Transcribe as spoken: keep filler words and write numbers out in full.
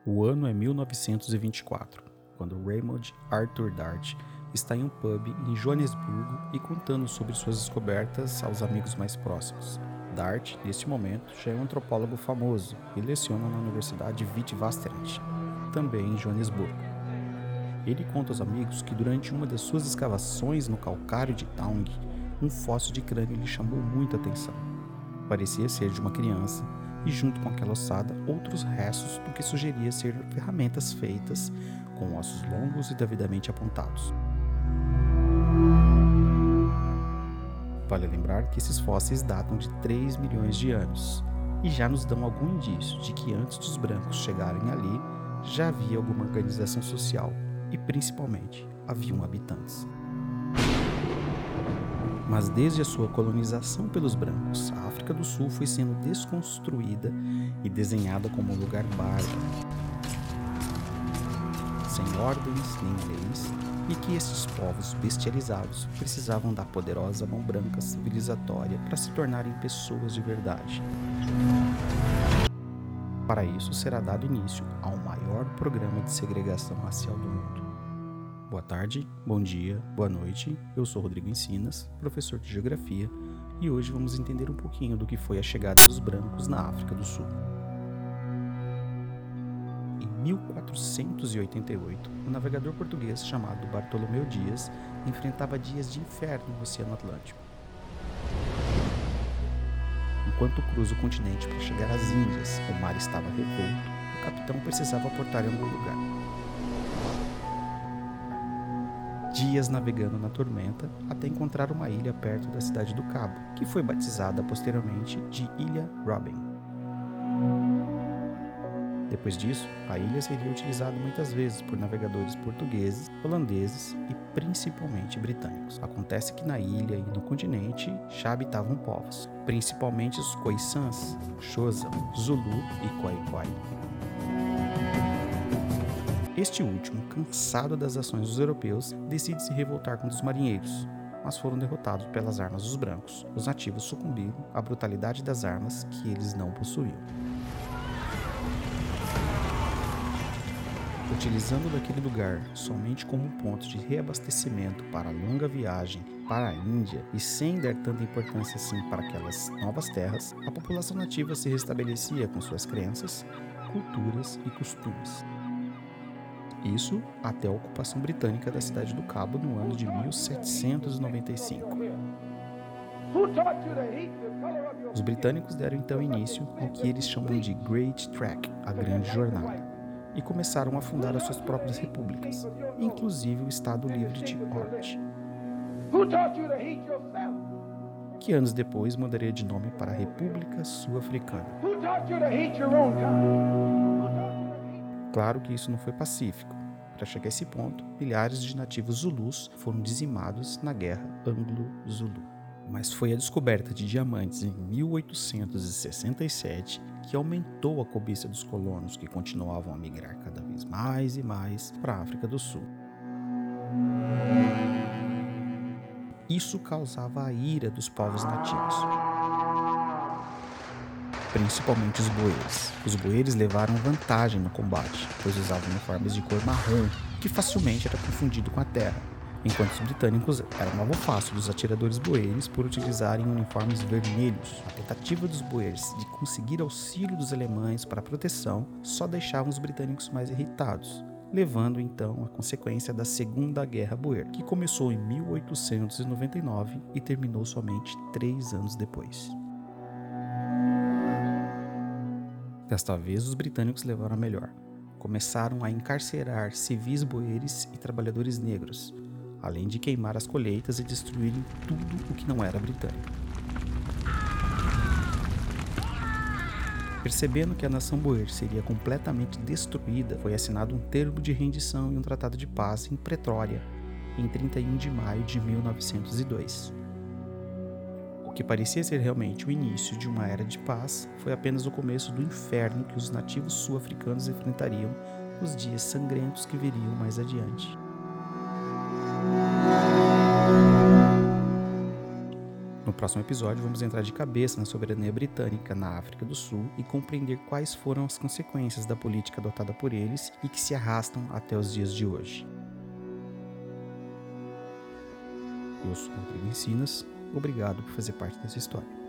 O ano é mil novecentos e vinte e quatro, quando Raymond Arthur Dart está em um pub em Joanesburgo e contando sobre suas descobertas aos amigos mais próximos. Dart, neste momento, já é um antropólogo famoso e leciona na Universidade Witwatersrand, também em Joanesburgo. Ele conta aos amigos que durante uma das suas escavações no calcário de Taung, um fóssil de crânio lhe chamou muita atenção. Parecia ser de uma criança e, junto com aquela ossada, outros restos do que sugeria ser ferramentas feitas com ossos longos e devidamente apontados. Vale lembrar que esses fósseis datam de três milhões de anos e já nos dão algum indício de que antes dos brancos chegarem ali, já havia alguma organização social e, principalmente, haviam habitantes. Mas desde a sua colonização pelos brancos, a África do Sul foi sendo desconstruída e desenhada como um lugar bárbaro, sem ordens nem leis, e que estes povos bestializados precisavam da poderosa mão branca civilizatória para se tornarem pessoas de verdade. Para isso será dado início ao maior programa de segregação racial do mundo. Boa tarde, bom dia, boa noite, eu sou Rodrigo Encinas, professor de Geografia, e hoje vamos entender um pouquinho do que foi a chegada dos brancos na África do Sul. Em mil quatrocentos e oitenta e oito, um navegador português chamado Bartolomeu Dias enfrentava dias de inferno no Oceano Atlântico. Enquanto cruza o continente para chegar às Índias, o mar estava revolto, o capitão precisava aportar em algum lugar. Dias navegando na tormenta até encontrar uma ilha perto da cidade do Cabo, que foi batizada posteriormente de Ilha Robben. Depois disso, a ilha seria utilizada muitas vezes por navegadores portugueses, holandeses e principalmente britânicos. Acontece que na ilha e no continente já habitavam povos, principalmente os Khoisans, Xhosa, Zulu e Khoi-Khoi. Este último, cansado das ações dos europeus, decide se revoltar contra os marinheiros, mas foram derrotados pelas armas dos brancos. Os nativos sucumbiram à brutalidade das armas que eles não possuíam. Utilizando daquele lugar somente como um ponto de reabastecimento para a longa viagem para a Índia e sem dar tanta importância assim para aquelas novas terras, a população nativa se restabelecia com suas crenças, culturas e costumes. Isso até a ocupação britânica da cidade do Cabo no ano de mil setecentos e noventa e cinco. Os britânicos deram então início ao que eles chamam de Great Trek, a Grande Jornada, e começaram a fundar as suas próprias repúblicas, inclusive o Estado Livre de Orange, que anos depois mudaria de nome para a República Sul-Africana. Claro que isso não foi pacífico. Para chegar a esse ponto, milhares de nativos zulus foram dizimados na Guerra Anglo-Zulu. Mas foi a descoberta de diamantes em mil oitocentos e sessenta e sete que aumentou a cobiça dos colonos, que continuavam a migrar cada vez mais e mais para a África do Sul. Isso causava a ira dos povos nativos, principalmente os boeres. Os boeres levaram vantagem no combate, pois usavam uniformes de cor marrom, que facilmente era confundido com a terra, enquanto os britânicos eram alvo fácil dos atiradores boeres por utilizarem uniformes vermelhos. A tentativa dos boeres de conseguir auxílio dos alemães para proteção só deixava os britânicos mais irritados, levando então à consequência da Segunda Guerra Boer, que começou em mil oitocentos e noventa e nove e terminou somente três anos depois. Desta vez, os britânicos levaram a melhor. Começaram a encarcerar civis boeres e trabalhadores negros, além de queimar as colheitas e destruírem tudo o que não era britânico. Percebendo que a nação boer seria completamente destruída, foi assinado um termo de rendição e um tratado de paz em Pretória, em trinta e um de maio de mil novecentos e dois. O que parecia ser realmente o início de uma era de paz foi apenas o começo do inferno que os nativos sul-africanos enfrentariam nos dias sangrentos que viriam mais adiante. No próximo episódio, vamos entrar de cabeça na soberania britânica na África do Sul e compreender quais foram as consequências da política adotada por eles e que se arrastam até os dias de hoje. Eu sou o Rodrigo Encinas, obrigado por fazer parte dessa história.